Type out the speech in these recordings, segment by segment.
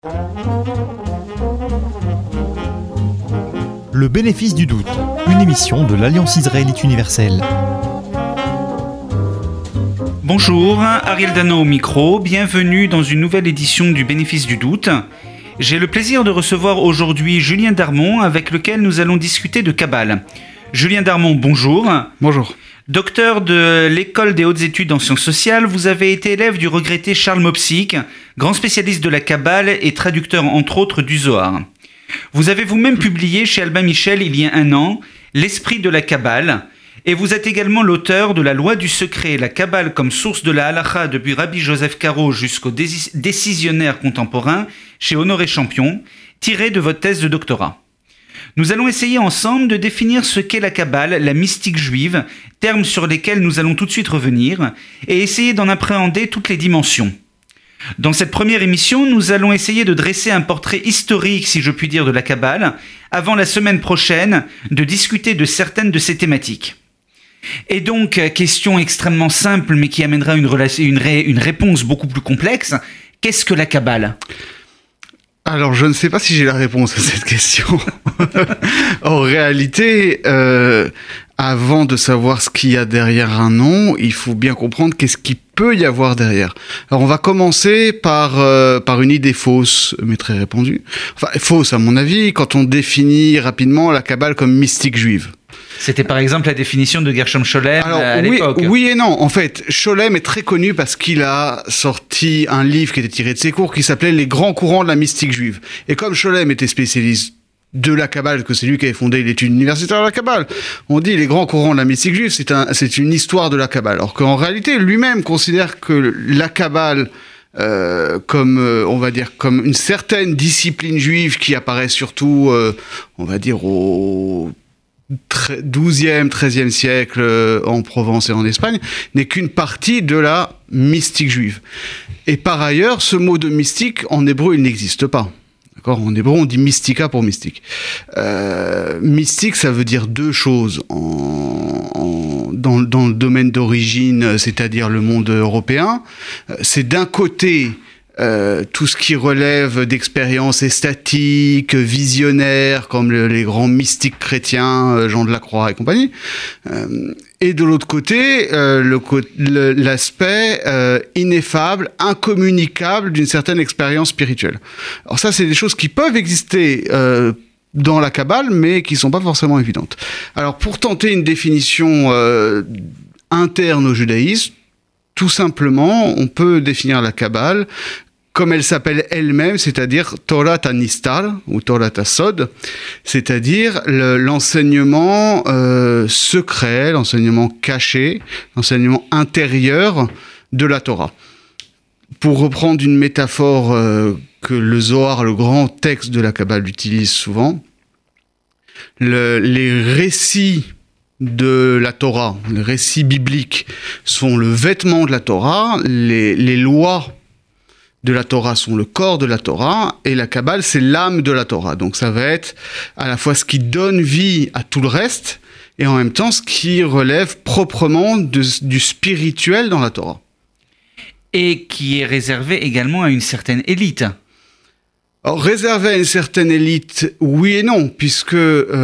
Le bénéfice du doute, une émission de l'Alliance israélite universelle. Bonjour, Ariel Dano au micro, bienvenue dans une nouvelle édition du bénéfice du doute. J'ai le plaisir de recevoir aujourd'hui Julien Darmon avec lequel nous allons discuter de Kabbale. Julien Darmon, bonjour. Bonjour. Docteur de l'École des hautes études en sciences sociales, vous avez été élève du regretté Charles Mopsik, grand spécialiste de la Kabbale et traducteur entre autres du Zohar. Vous avez vous-même publié chez Albin Michel il y a un an « L'esprit de la Kabbale » et vous êtes également l'auteur de La loi du secret, la Kabbale comme source de la halakha depuis Rabbi Joseph Caro jusqu'aux décisionnaires contemporains chez Honoré Champion, tiré de votre thèse de doctorat. Nous allons essayer ensemble de définir ce qu'est la Kabbale, la mystique juive, termes sur lesquels nous allons tout de suite revenir, et essayer d'en appréhender toutes les dimensions. Dans cette première émission, nous allons essayer de dresser un portrait historique, si je puis dire, de la Kabbale, avant la semaine prochaine de discuter de certaines de ces thématiques. Et donc, question extrêmement simple, mais qui amènera une réponse beaucoup plus complexe, qu'est-ce que la Kabbale ? Alors, je ne sais pas si j'ai la réponse à cette question. En réalité, avant de savoir ce qu'il y a derrière un nom, il faut bien comprendre qu'est-ce qu'il peut y avoir derrière. Alors, on va commencer par une idée fausse, mais très répandue. Enfin, fausse à mon avis, quand on définit rapidement la Kabbale comme mystique juive. C'était par exemple la définition de Gershom Scholem à l'époque. Oui et non. En fait, Scholem est très connu parce qu'il a sorti un livre qui était tiré de ses cours qui s'appelait Les grands courants de la mystique juive. Et comme Scholem était spécialiste de la Kabbale, que c'est lui qui avait fondé l'étude universitaire de la Kabbale, on dit les grands courants de la mystique juive, c'est une histoire de la Kabbale. Alors qu'en réalité, lui-même considère que la Kabbale comme on va dire comme une certaine discipline juive qui apparaît surtout on va dire au 12e, 13e siècle en Provence et en Espagne, n'est qu'une partie de la mystique juive. Et par ailleurs, ce mot de mystique, en hébreu, il n'existe pas. D'accord ? En hébreu, on dit mystica pour mystique. Mystique, ça veut dire deux choses dans le domaine d'origine, c'est-à-dire le monde européen. C'est d'un côté tout ce qui relève d'expériences estatiques, visionnaires, comme les grands mystiques chrétiens, Jean de la Croix et compagnie. Et de l'autre côté, l'aspect ineffable, incommunicable d'une certaine expérience spirituelle. Alors ça, c'est des choses qui peuvent exister dans la Kabbale, mais qui ne sont pas forcément évidentes. Alors pour tenter une définition interne au judaïsme, tout simplement, on peut définir la Kabbale comme elle s'appelle elle-même, c'est-à-dire Torah Tanistar ou Torah Tasod, c'est-à-dire l'enseignement secret, l'enseignement caché, l'enseignement intérieur de la Torah. Pour reprendre une métaphore que le Zohar, le grand texte de la Kabbale, utilise souvent, les récits de la Torah, les récits bibliques sont le vêtement de la Torah, les lois de la Torah sont le corps de la Torah, et la Kabbale, c'est l'âme de la Torah. Donc ça va être à la fois ce qui donne vie à tout le reste, et en même temps ce qui relève proprement du spirituel dans la Torah. Et qui est réservé également à une certaine élite. Alors, réservé à une certaine élite, oui et non, puisque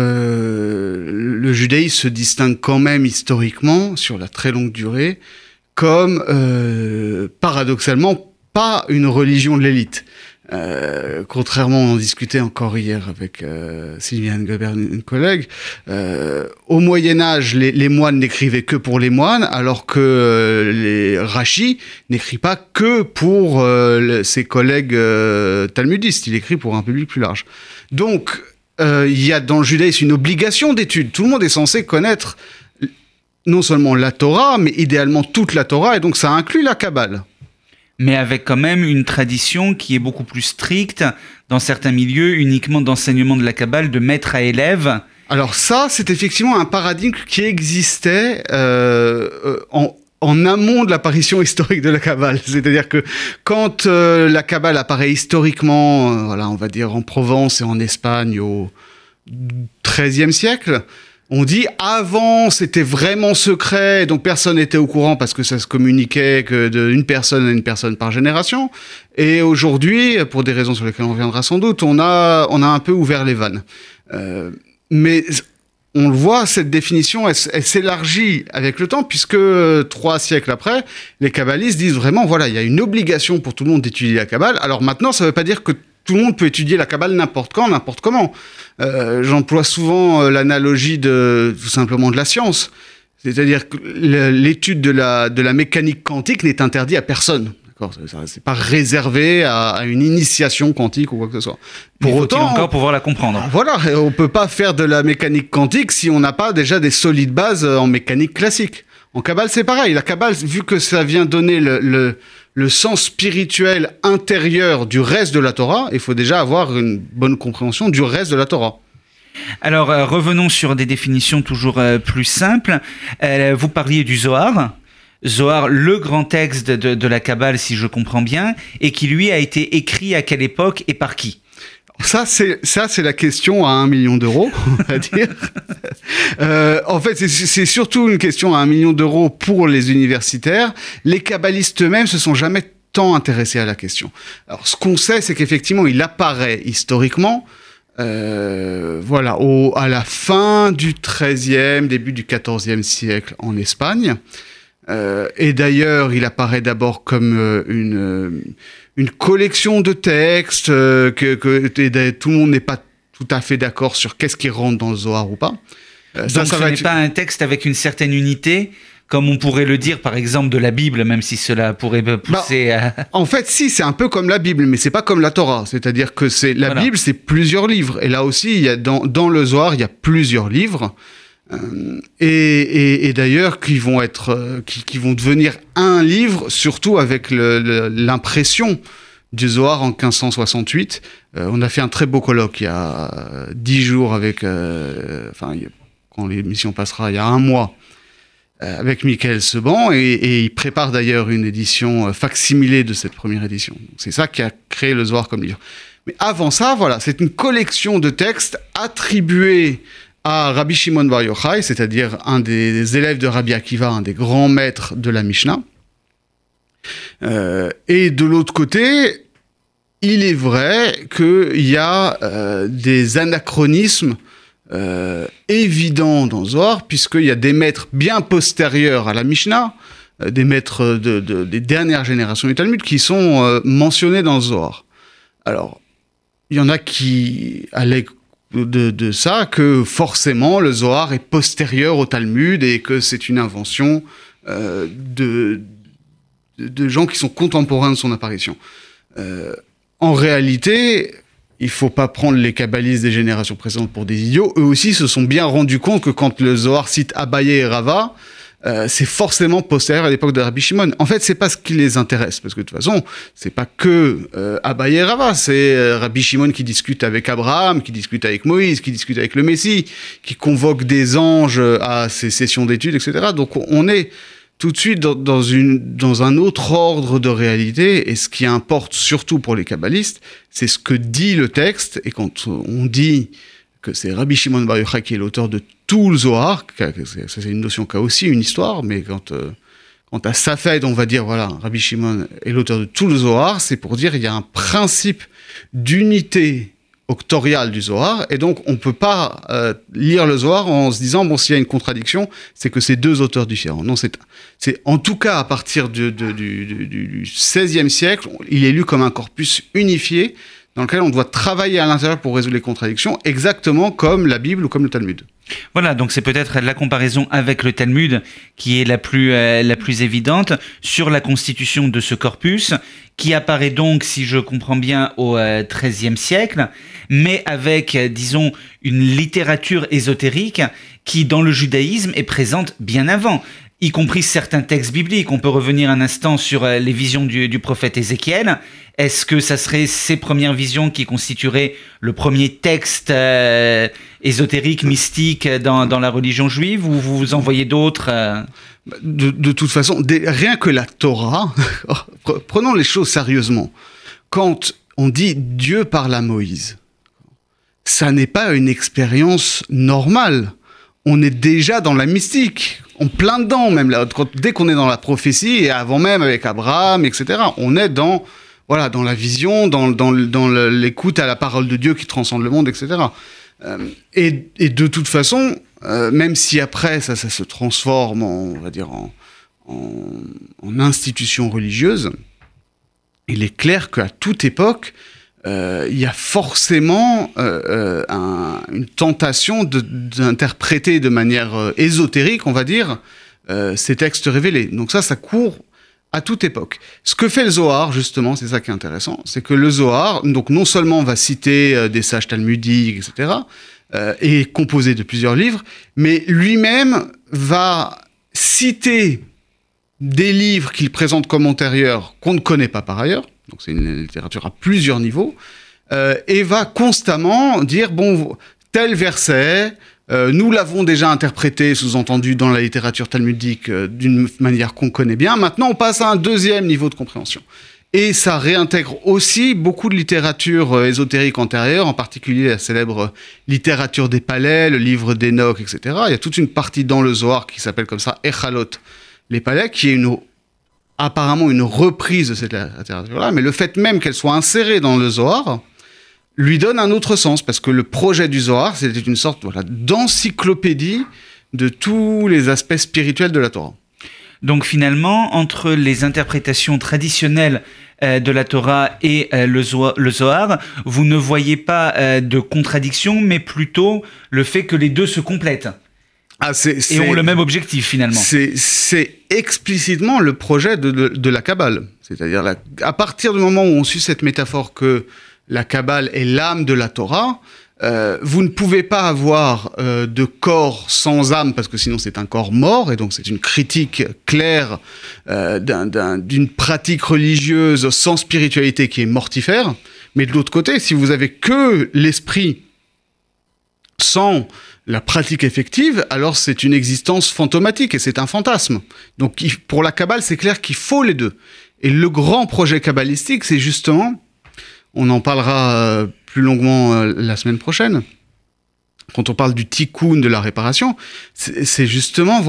le judaïsme se distingue quand même historiquement, sur la très longue durée, comme, paradoxalement, pas une religion de l'élite. Contrairement, on en discutait encore hier avec Sylviane Gobert, une collègue, au Moyen-Âge, les moines n'écrivaient que pour les moines, alors que les Rashi n'écrit pas que pour ses collègues talmudistes, il écrit pour un public plus large. Donc, il y a dans le judaïsme une obligation d'étude. Tout le monde est censé connaître non seulement la Torah, mais idéalement toute la Torah, et donc ça inclut la Kabbale. Mais avec quand même une tradition qui est beaucoup plus stricte, dans certains milieux, uniquement d'enseignement de la Kabbale, de maître à élève. Alors ça, c'est effectivement un paradigme qui existait en amont de l'apparition historique de la Kabbale. C'est-à-dire que quand la Kabbale apparaît historiquement, voilà, on va dire en Provence et en Espagne au XIIIe siècle, On dit avant c'était vraiment secret, donc personne n'était au courant parce que ça se communiquait que d'une personne à une personne par génération. Et aujourd'hui, pour des raisons sur lesquelles on reviendra sans doute, on a un peu ouvert les vannes. Mais on le voit, cette définition, elle s'élargit avec le temps, puisque 3 siècles après, les kabbalistes disent vraiment, voilà, il y a une obligation pour tout le monde d'étudier la Kabbale. Alors maintenant, ça ne veut pas dire que tout le monde peut étudier la Kabbale n'importe quand, n'importe comment. J'emploie souvent l'analogie tout simplement de la science. C'est-à-dire que l'étude de la mécanique quantique n'est interdite à personne. C'est pas réservé à une initiation quantique ou quoi que ce soit. Pour autant, encore pouvoir la comprendre. Voilà, on peut pas faire de la mécanique quantique si on n'a pas déjà des solides bases en mécanique classique. En Kabbale, c'est pareil. La Kabbale, vu que ça vient donner le sens spirituel intérieur du reste de la Torah, il faut déjà avoir une bonne compréhension du reste de la Torah. Alors, revenons sur des définitions toujours plus simples. Vous parliez du Zohar. Zohar, le grand texte de la Kabbale, si je comprends bien, et qui, lui, a été écrit à quelle époque et par qui ? Ça, c'est la question à 1 million d'euros, on va dire. En fait, c'est surtout une question à 1 million d'euros pour les universitaires. Les kabbalistes eux-mêmes se sont jamais tant intéressés à la question. Alors, ce qu'on sait, c'est qu'effectivement, il apparaît historiquement, voilà, à la fin du XIIIe, début du XIVe siècle en Espagne. Et d'ailleurs, il apparaît d'abord comme une collection de textes que tout le monde n'est pas tout à fait d'accord sur qu'est-ce qui rentre dans le Zohar ou pas. Donc ce n'est pas un texte avec une certaine unité, comme on pourrait le dire par exemple de la Bible, même si cela pourrait pousser à... En fait, si, c'est un peu comme la Bible, mais c'est pas comme la Torah. C'est-à-dire que la Bible, c'est plusieurs livres. Et là aussi, dans le Zohar, il y a plusieurs livres. Et d'ailleurs qui vont devenir un livre, surtout avec l'impression du Zohar en 1568. On a fait un très beau colloque il y a 10 jours avec, quand l'émission passera, il y a 1 mois, avec Michael Seban, et il prépare d'ailleurs une édition facsimilée de cette première édition. Donc, c'est ça qui a créé le Zohar comme livre. Mais avant ça, voilà, c'est une collection de textes attribués à Rabbi Shimon Bar Yochai, c'est-à-dire un des élèves de Rabbi Akiva, un des grands maîtres de la Mishnah. Et de l'autre côté, il est vrai qu'il y a des anachronismes évidents dans Zohar, puisqu'il y a des maîtres bien postérieurs à la Mishnah, des maîtres des dernières générations du Talmud, qui sont mentionnés dans le Zohar. Alors, il y en a qui allaient de ça, que forcément le Zohar est postérieur au Talmud et que c'est une invention de gens qui sont contemporains de son apparition. En réalité, il faut pas prendre les kabbalistes des générations précédentes pour des idiots. Eux aussi se sont bien rendus compte que quand le Zohar cite Abaye et Rava, c'est forcément postérieur à l'époque de Rabbi Shimon. En fait, c'est pas ce qui les intéresse, parce que de toute façon, c'est pas que Abaye et Rava, c'est Rabbi Shimon qui discute avec Abraham, qui discute avec Moïse, qui discute avec le Messie, qui convoque des anges à ses sessions d'études, etc. Donc on est tout de suite dans un autre ordre de réalité, et ce qui importe surtout pour les kabbalistes, c'est ce que dit le texte, et quand on dit que c'est Rabbi Shimon Bar Yochai qui est l'auteur de tout le Zohar, c'est une notion qui a aussi une histoire, mais quand à Safed, on va dire, voilà, Rabbi Shimon est l'auteur de tout le Zohar, c'est pour dire qu'il y a un principe d'unité octoriale du Zohar, et donc on ne peut pas lire le Zohar en se disant, bon, s'il y a une contradiction, c'est que c'est 2 auteurs différents. Non, c'est en tout cas à partir du XVIe siècle, il est lu comme un corpus unifié, dans lequel on doit travailler à l'intérieur pour résoudre les contradictions, exactement comme la Bible ou comme le Talmud. Voilà, donc c'est peut-être la comparaison avec le Talmud qui est la plus évidente sur la constitution de ce corpus, qui apparaît donc, si je comprends bien, au XIIIe siècle, mais avec, disons, une littérature ésotérique qui, dans le judaïsme, est présente bien avant, y compris certains textes bibliques. On peut revenir un instant sur les visions du prophète Ézéchiel. Est-ce que ça serait ces premières visions qui constitueraient le premier texte ésotérique, mystique dans la religion juive, ou vous en voyez d'autres De toute façon, rien que la Torah, prenons les choses sérieusement. Quand on dit Dieu parle à Moïse, ça n'est pas une expérience normale. on est déjà dans la mystique. On plein dedans, même là, dès qu'on est dans la prophétie, et avant même avec Abraham, etc. On est dans la vision, dans l'écoute à la parole de Dieu qui transcende le monde, etc. Et de toute façon, même si après ça se transforme, on va dire, en institution religieuse, il est clair qu'à toute époque, il y a forcément une tentation d'interpréter de manière ésotérique, on va dire, ces textes révélés. Donc ça court à toute époque. Ce que fait le Zohar, justement, c'est ça qui est intéressant, c'est que le Zohar, donc non seulement va citer des sages talmudiques, etc., et composé de plusieurs livres, mais lui-même va citer des livres qu'il présente comme antérieurs qu'on ne connaît pas par ailleurs, donc c'est une littérature à plusieurs niveaux, et va constamment dire, bon, tel verset, nous l'avons déjà interprété, sous-entendu, dans la littérature talmudique d'une manière qu'on connaît bien, maintenant on passe à un deuxième niveau de compréhension. Et ça réintègre aussi beaucoup de littérature ésotérique antérieure, en particulier la célèbre littérature des palais, le livre d'Enoch, etc. Il y a toute une partie dans le Zohar qui s'appelle comme ça Echalot, les palais, qui est apparemment une reprise de cette littérature-là, mais le fait même qu'elle soit insérée dans le Zohar lui donne un autre sens, parce que le projet du Zohar, c'était une sorte d'encyclopédie de tous les aspects spirituels de la Torah. Donc finalement, entre les interprétations traditionnelles de la Torah et le Zohar, vous ne voyez pas de contradiction, mais plutôt le fait que les deux se complètent. Et ont le même objectif finalement. C'est explicitement le projet de la Kabbale. C'est-à-dire, à partir du moment où on suit cette métaphore que la Kabbale est l'âme de la Torah, vous ne pouvez pas avoir de corps sans âme, parce que sinon c'est un corps mort, et donc c'est une critique claire d'une pratique religieuse sans spiritualité qui est mortifère. Mais de l'autre côté, si vous avez que l'esprit sans la pratique effective, alors c'est une existence fantomatique et c'est un fantasme. Donc pour la Kabbale, c'est clair qu'il faut les deux. Et le grand projet kabbalistique, c'est justement, on en parlera plus longuement la semaine prochaine, quand on parle du tikkun, de la réparation, c'est justement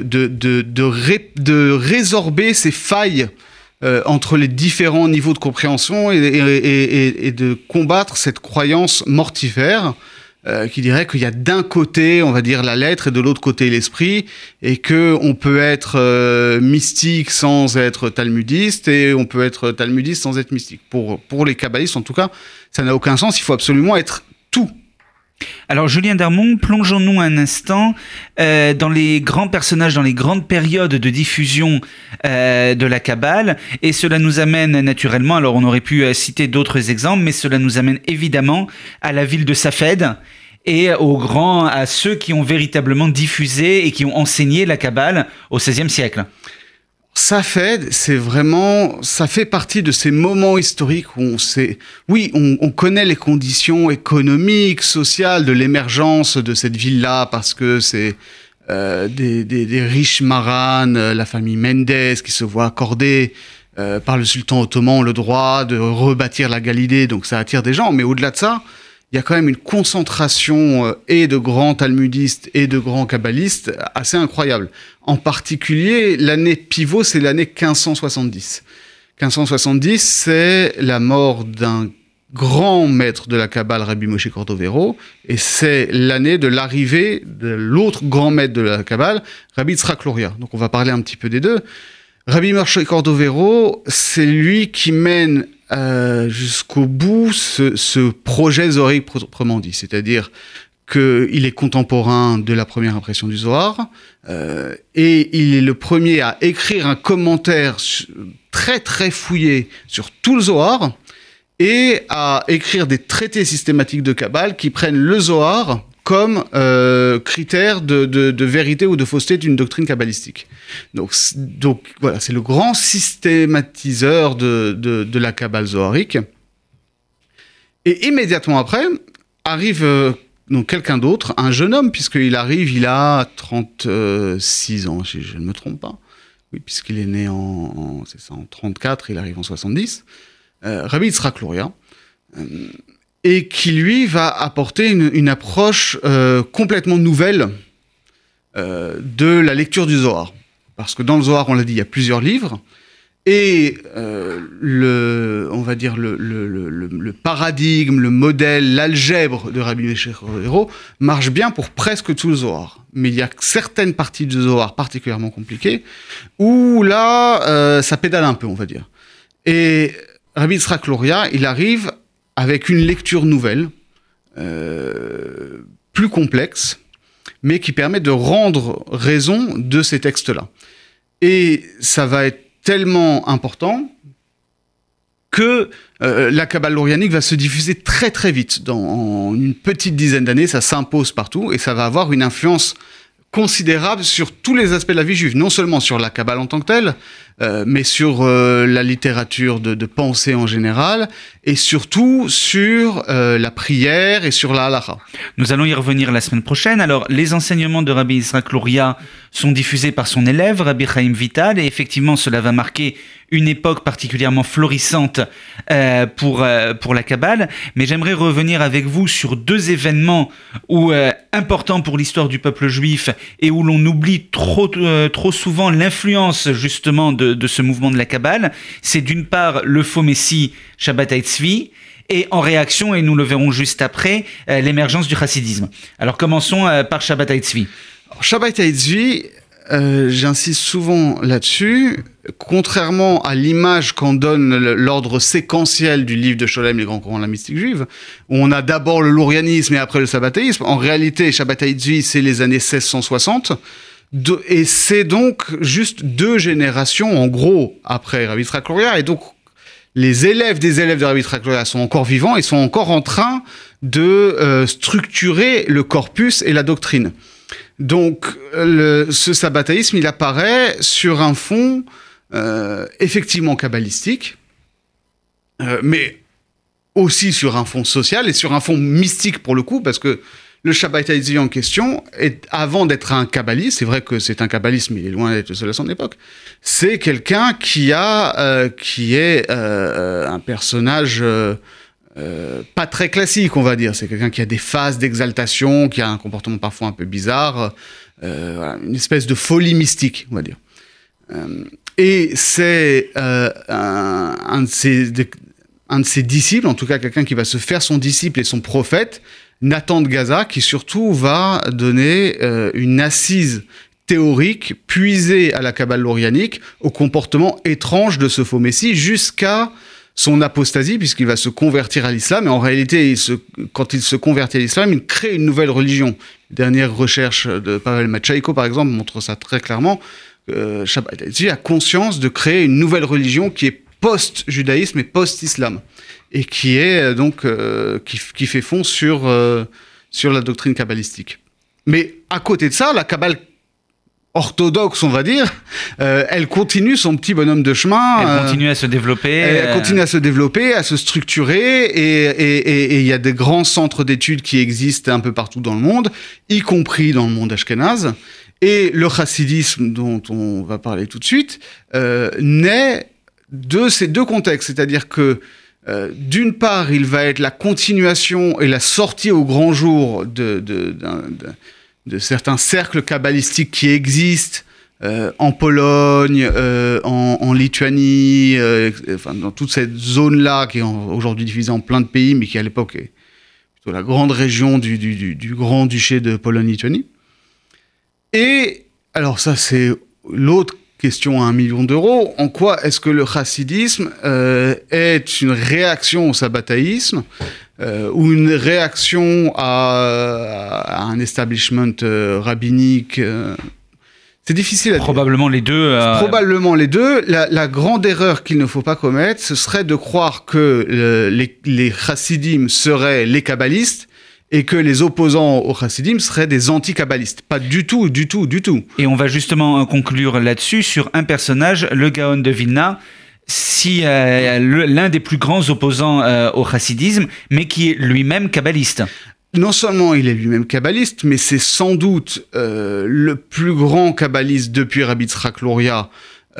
de résorber ces failles entre les différents niveaux de compréhension et de combattre cette croyance mortifère qui dirait qu'il y a d'un côté, on va dire, la lettre et de l'autre côté l'esprit, et qu'on peut être mystique sans être talmudiste, et on peut être talmudiste sans être mystique. Pour les kabbalistes, en tout cas, ça n'a aucun sens, il faut absolument être tout. Alors Julien Darmon, plongeons-nous un instant dans les grands personnages, dans les grandes périodes de diffusion de la Kabbale, et cela nous amène naturellement, alors on aurait pu citer d'autres exemples, mais cela nous amène évidemment à la ville de Safed et à ceux qui ont véritablement diffusé et qui ont enseigné la Kabbale au XVIe siècle. Safed, ça fait partie de ces moments historiques où on connaît les conditions économiques, sociales de l'émergence de cette ville-là, parce que c'est des riches maranes, la famille Mendes, qui se voit accorder par le sultan ottoman le droit de rebâtir la Galilée, donc ça attire des gens. Mais au-delà de ça, il y a quand même une concentration et de grands talmudistes et de grands kabbalistes assez incroyable. En particulier, l'année pivot, c'est l'année 1570. 1570, c'est la mort d'un grand maître de la Kabbale, Rabbi Moshe Cordovero, et c'est l'année de l'arrivée de l'autre grand maître de la Kabbale, Rabbi Yitzhak Luria. Donc on va parler un petit peu des deux. Rabbi Moshe Cordovero, c'est lui qui mène jusqu'au bout ce projet zoharique proprement dit, c'est-à-dire qu'il est contemporain de la première impression du Zohar, et il est le premier à écrire un commentaire très très fouillé sur tout le Zohar, et à écrire des traités systématiques de Kabbale qui prennent le Zohar comme critère de vérité ou de fausseté d'une doctrine kabbalistique. Donc voilà, c'est le grand systématiseur de la Kabbale zoharique. Et immédiatement après, arrive donc quelqu'un d'autre, un jeune homme, puisqu'il arrive, il a 36 ans, si je ne me trompe pas. Oui, puisqu'il est né en 34, il arrive en 70. Rabbi Yitzhak Luria. Et qui, lui, va apporter une approche complètement nouvelle de la lecture du Zohar. Parce que dans le Zohar, on l'a dit, il y a plusieurs livres. Et on va dire le paradigme, le modèle, l'algèbre de Rabbi Meir Cordero marche bien pour presque tout le Zohar. Mais il y a certaines parties du Zohar particulièrement compliquées où là, ça pédale un peu, on va dire. Et Rabbi Yitzhak Luria, il arrive avec une lecture nouvelle, plus complexe, mais qui permet de rendre raison de ces textes-là. Et ça va être tellement important que la Kabbale lourianique va se diffuser très très vite. En une petite dizaine d'années, ça s'impose partout et ça va avoir une influence considérable sur tous les aspects de la vie juive, non seulement sur la Kabbale en tant que telle, mais sur la littérature de pensée en général, et surtout sur la prière et sur la halakha. Nous allons y revenir la semaine prochaine. Alors, les enseignements de Rabbi Yitzhak Luria sont diffusés par son élève, Rabbi Chaim Vital, et effectivement, cela va marquer une époque particulièrement florissante pour la Kabbale. Mais j'aimerais revenir avec vous sur deux événements importants pour l'histoire du peuple juif et où l'on oublie trop souvent l'influence justement de ce mouvement de la Kabbale. C'est d'une part le faux messie Shabbatai Tzvi, et en réaction, et nous le verrons juste après, l'émergence du chassidisme. Alors commençons par Shabbatai Tzvi. Shabbatai Tzvi, j'insiste souvent là-dessus, contrairement à l'image qu'en donne l'ordre séquentiel du livre de Sholem, les grands courants de la mystique juive, où on a d'abord le lourianisme et après le sabbatéisme. En réalité, Shabbatai Tzvi, c'est les années 1660, et c'est donc juste 2 générations, en gros, après Rabbi Yitzhak Luria, et donc les élèves des élèves de Rabbi Yitzhak Luria sont encore vivants et sont encore en train de structurer le corpus et la doctrine. Donc, ce sabbatéisme, il apparaît sur un fond effectivement kabbalistique, mais aussi sur un fond social et sur un fond mystique pour le coup, parce que le Shabbatai Tzvi en question, avant d'être un kabbaliste, c'est vrai que c'est un kabbaliste, mais il est loin d'être le seul à son époque, c'est quelqu'un qui est un personnage pas très classique, on va dire. C'est quelqu'un qui a des phases d'exaltation, qui a un comportement parfois un peu bizarre, une espèce de folie mystique, on va dire. Et c'est un de ses disciples, en tout cas quelqu'un qui va se faire son disciple et son prophète, Nathan de Gaza, qui surtout va donner une assise théorique puisée à la Kabbale lourianique, au comportement étrange de ce faux messie, jusqu'à son apostasie, puisqu'il va se convertir à l'islam. Et en réalité, quand il se convertit à l'islam, il crée une nouvelle religion. Les dernières recherches de Pavel Matchaïko, par exemple, montrent ça très clairement. Shabbatai Tzvi a conscience de créer une nouvelle religion qui est post-judaïsme et post-islam, et qui est donc qui fait fond sur la doctrine kabbalistique. Mais à côté de ça, la Kabbale orthodoxe, on va dire, elle continue son petit bonhomme de chemin. Elle continue à se développer. Elle continue à se développer, à se structurer, et il y a des grands centres d'études qui existent un peu partout dans le monde, y compris dans le monde ashkénaze. Et le chassidisme, dont on va parler tout de suite, naît de ces 2 contextes. C'est-à-dire que, d'une part, il va être la continuation et la sortie au grand jour de certains cercles kabbalistiques qui existent en Pologne, en Lituanie, enfin, dans toute cette zone-là qui est aujourd'hui divisée en plein de pays, mais qui à l'époque est plutôt la grande région du Grand-Duché de Pologne-Lituanie. Et alors ça, c'est l'autre question à 1 million d'euros. En quoi est-ce que le chassidisme est une réaction au sabbatéisme ou une réaction à un establishment rabbinique C'est difficile à dire. Probablement les deux. Probablement les deux. La grande erreur qu'il ne faut pas commettre, ce serait de croire que les chassidim seraient les kabbalistes et que les opposants aux chassidim seraient des anti-kabbalistes. Pas du tout, du tout, du tout. Et on va justement conclure là-dessus sur un personnage, le Gaon de Vilna, l'un des plus grands opposants au chassidisme, mais qui est lui-même kabbaliste. Non seulement il est lui-même kabbaliste, mais c'est sans doute le plus grand kabbaliste depuis Rabbi Yitzhak Luria,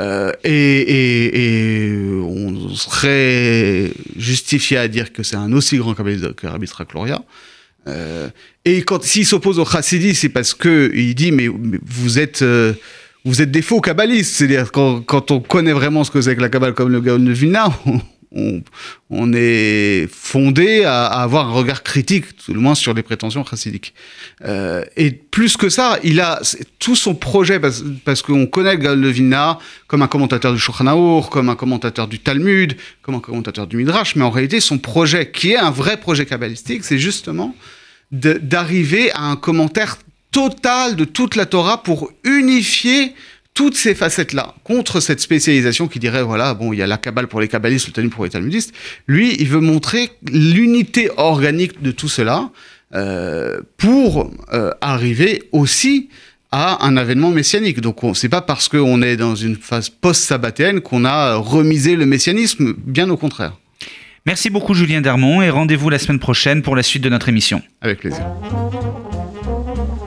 et on serait justifié à dire que c'est un aussi grand kabbaliste que Rabbi Yitzhak Luria. Et s'il s'oppose au chassidisme, c'est parce que il dit mais vous êtes des faux kabbalistes. C'est-à-dire quand on connaît vraiment ce que c'est que la Kabbale comme le Gaon de Vilna, on est fondé à avoir un regard critique, tout le moins sur les prétentions chassidiques. Et plus que ça, il a tout son projet, parce qu'on connaît le Gaon de Vilna comme un commentateur du Shulchan Aruch, comme un commentateur du Talmud, comme un commentateur du Midrash, mais en réalité, son projet, qui est un vrai projet kabbalistique, c'est justement d'arriver à un commentaire total de toute la Torah pour unifier toutes ces facettes-là, contre cette spécialisation qui dirait, voilà, bon, il y a la Kabbale pour les kabbalistes, le Talmud pour les talmudistes. Lui, il veut montrer l'unité organique de tout cela pour arriver aussi à un avènement messianique. Donc, c'est pas parce qu'on est dans une phase post-sabbatéenne qu'on a remisé le messianisme, bien au contraire. Merci beaucoup Julien Darmon et rendez-vous la semaine prochaine pour la suite de notre émission. Avec plaisir.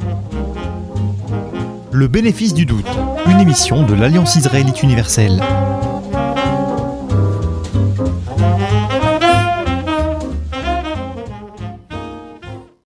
Le bénéfice du doute, une émission de l'Alliance israélite universelle.